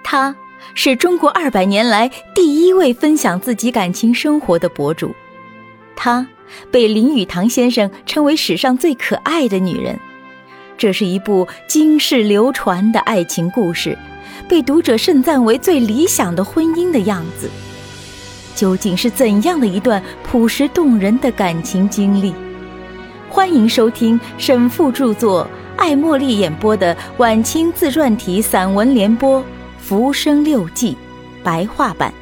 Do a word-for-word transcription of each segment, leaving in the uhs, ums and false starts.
他是中国二百年来第一位分享自己感情生活的博主，她被林语堂先生称为史上最可爱的女人。这是一部经世流传的爱情故事，被读者盛赞为最理想的婚姻的样子。究竟是怎样的一段朴实动人的感情经历？欢迎收听沈复著作，艾茉莉演播的晚清自传体散文联播《浮生六记》白话版。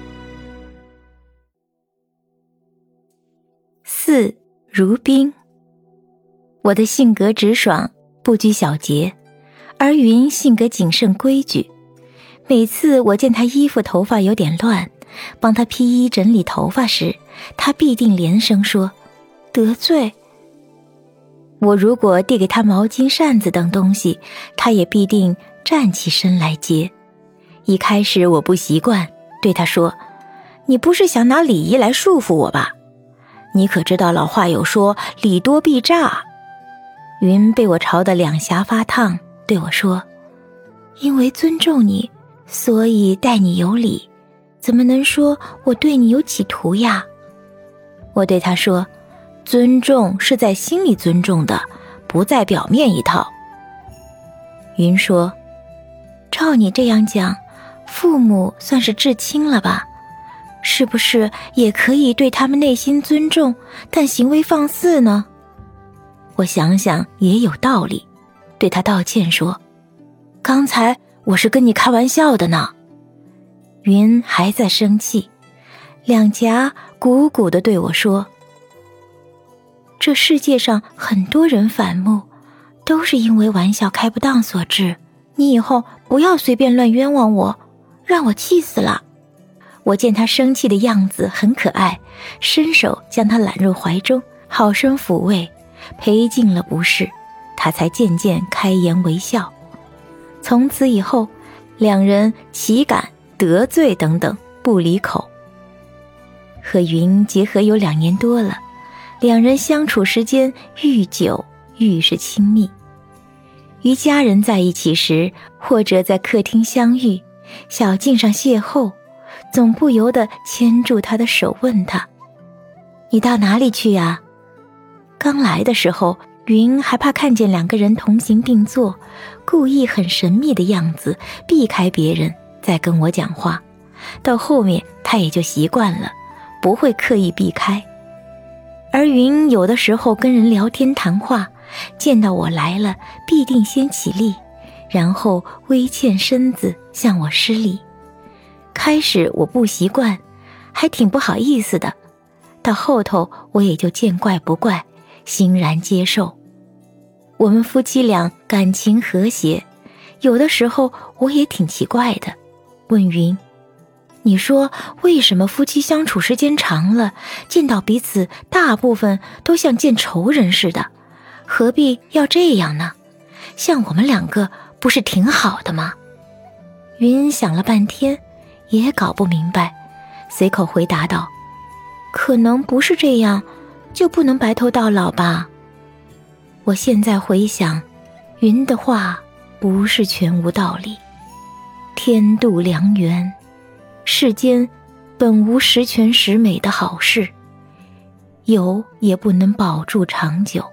四如冰。我的性格直爽，不拘小节，而云性格谨慎规矩。每次我见她衣服头发有点乱，帮她披衣整理头发时，她必定连声说得罪。我如果递给她毛巾、扇子等东西，她也必定站起身来接。一开始我不习惯，对她说，你不是想拿礼仪来束缚我吧？你可知道老话有说，礼多必诈。云被我吵得两颊发烫，对我说，因为尊重你，所以待你有礼，怎么能说我对你有企图呀？我对他说，尊重是在心里尊重的，不在表面一套。云说，照你这样讲，父母算是至亲了吧？是不是也可以对他们内心尊重，但行为放肆呢？我想想也有道理，对他道歉说，刚才我是跟你开玩笑的呢。云还在生气，两颊鼓鼓地对我说，这世界上很多人反目，都是因为玩笑开不当所致，你以后不要随便乱冤枉我，让我气死了。我见他生气的样子很可爱，伸手将他揽入怀中，好生抚慰，赔尽了不是，他才渐渐开颜为笑。从此以后，两人岂敢得罪等等不离口。和云结合有两年多了，两人相处时间愈久愈是亲密。与家人在一起时，或者在客厅相遇，小径上邂逅，总不由得牵住他的手问他，你到哪里去呀？刚来的时候，云还怕看见两个人同行并坐，故意很神秘的样子避开别人再跟我讲话，到后面他也就习惯了，不会刻意避开。而云有的时候跟人聊天谈话，见到我来了必定先起立，然后微欠身子向我施礼。开始我不习惯，还挺不好意思的，到后头我也就见怪不怪，欣然接受。我们夫妻俩感情和谐，有的时候我也挺奇怪的，问云，你说为什么夫妻相处时间长了，见到彼此大部分都像见仇人似的，何必要这样呢？像我们两个不是挺好的吗？云想了半天也搞不明白，随口回答道，可能不是这样，就不能白头到老吧。我现在回想，云的话不是全无道理。天妒良缘，世间本无十全十美的好事，有也不能保住长久。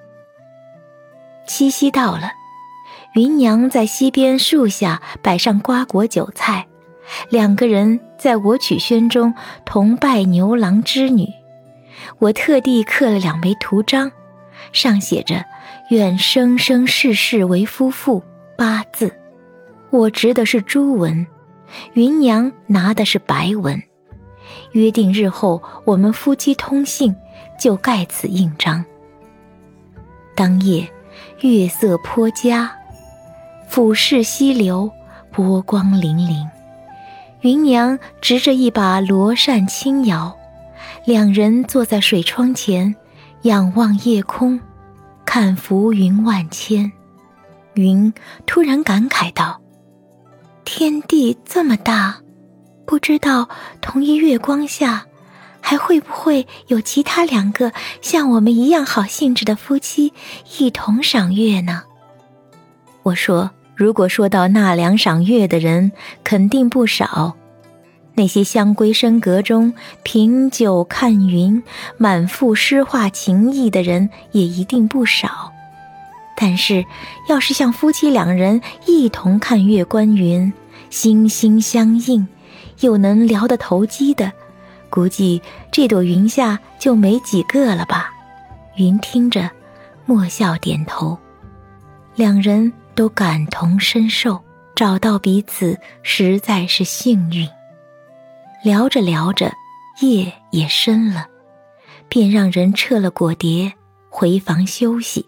七夕到了，云娘在溪边树下摆上瓜果酒菜，两个人在我曲轩中同拜牛郎织女。我特地刻了两枚图章，上写着愿生生世世为夫妇八字，我执的是朱文，云娘拿的是白文，约定日后我们夫妻通信，就盖此印章。当夜月色颇佳，俯视溪流，波光粼粼，云娘执着一把罗扇轻摇，两人坐在水窗前，仰望夜空，看浮云万千。云突然感慨道，天地这么大，不知道同一月光下，还会不会有其他两个像我们一样好兴致的夫妻一同赏月呢？我说， 如果说到纳凉赏月的人，肯定不少。那些香闺深阁中品酒看云，满腹诗画情意的人也一定不少。但是要是像夫妻两人一同看月观云，心心相印，又能聊得投机的，估计这朵云下就没几个了吧。云听着默笑点头，两人都感同身受，找到彼此实在是幸运。聊着聊着，夜也深了，便让人撤了果碟，回房休息。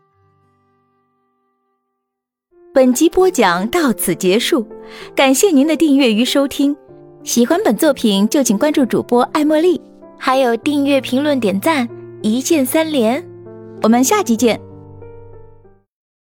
本集播讲到此结束，感谢您的订阅与收听。喜欢本作品就请关注主播艾茉莉，还有订阅、评论、点赞，一键三连。我们下集见。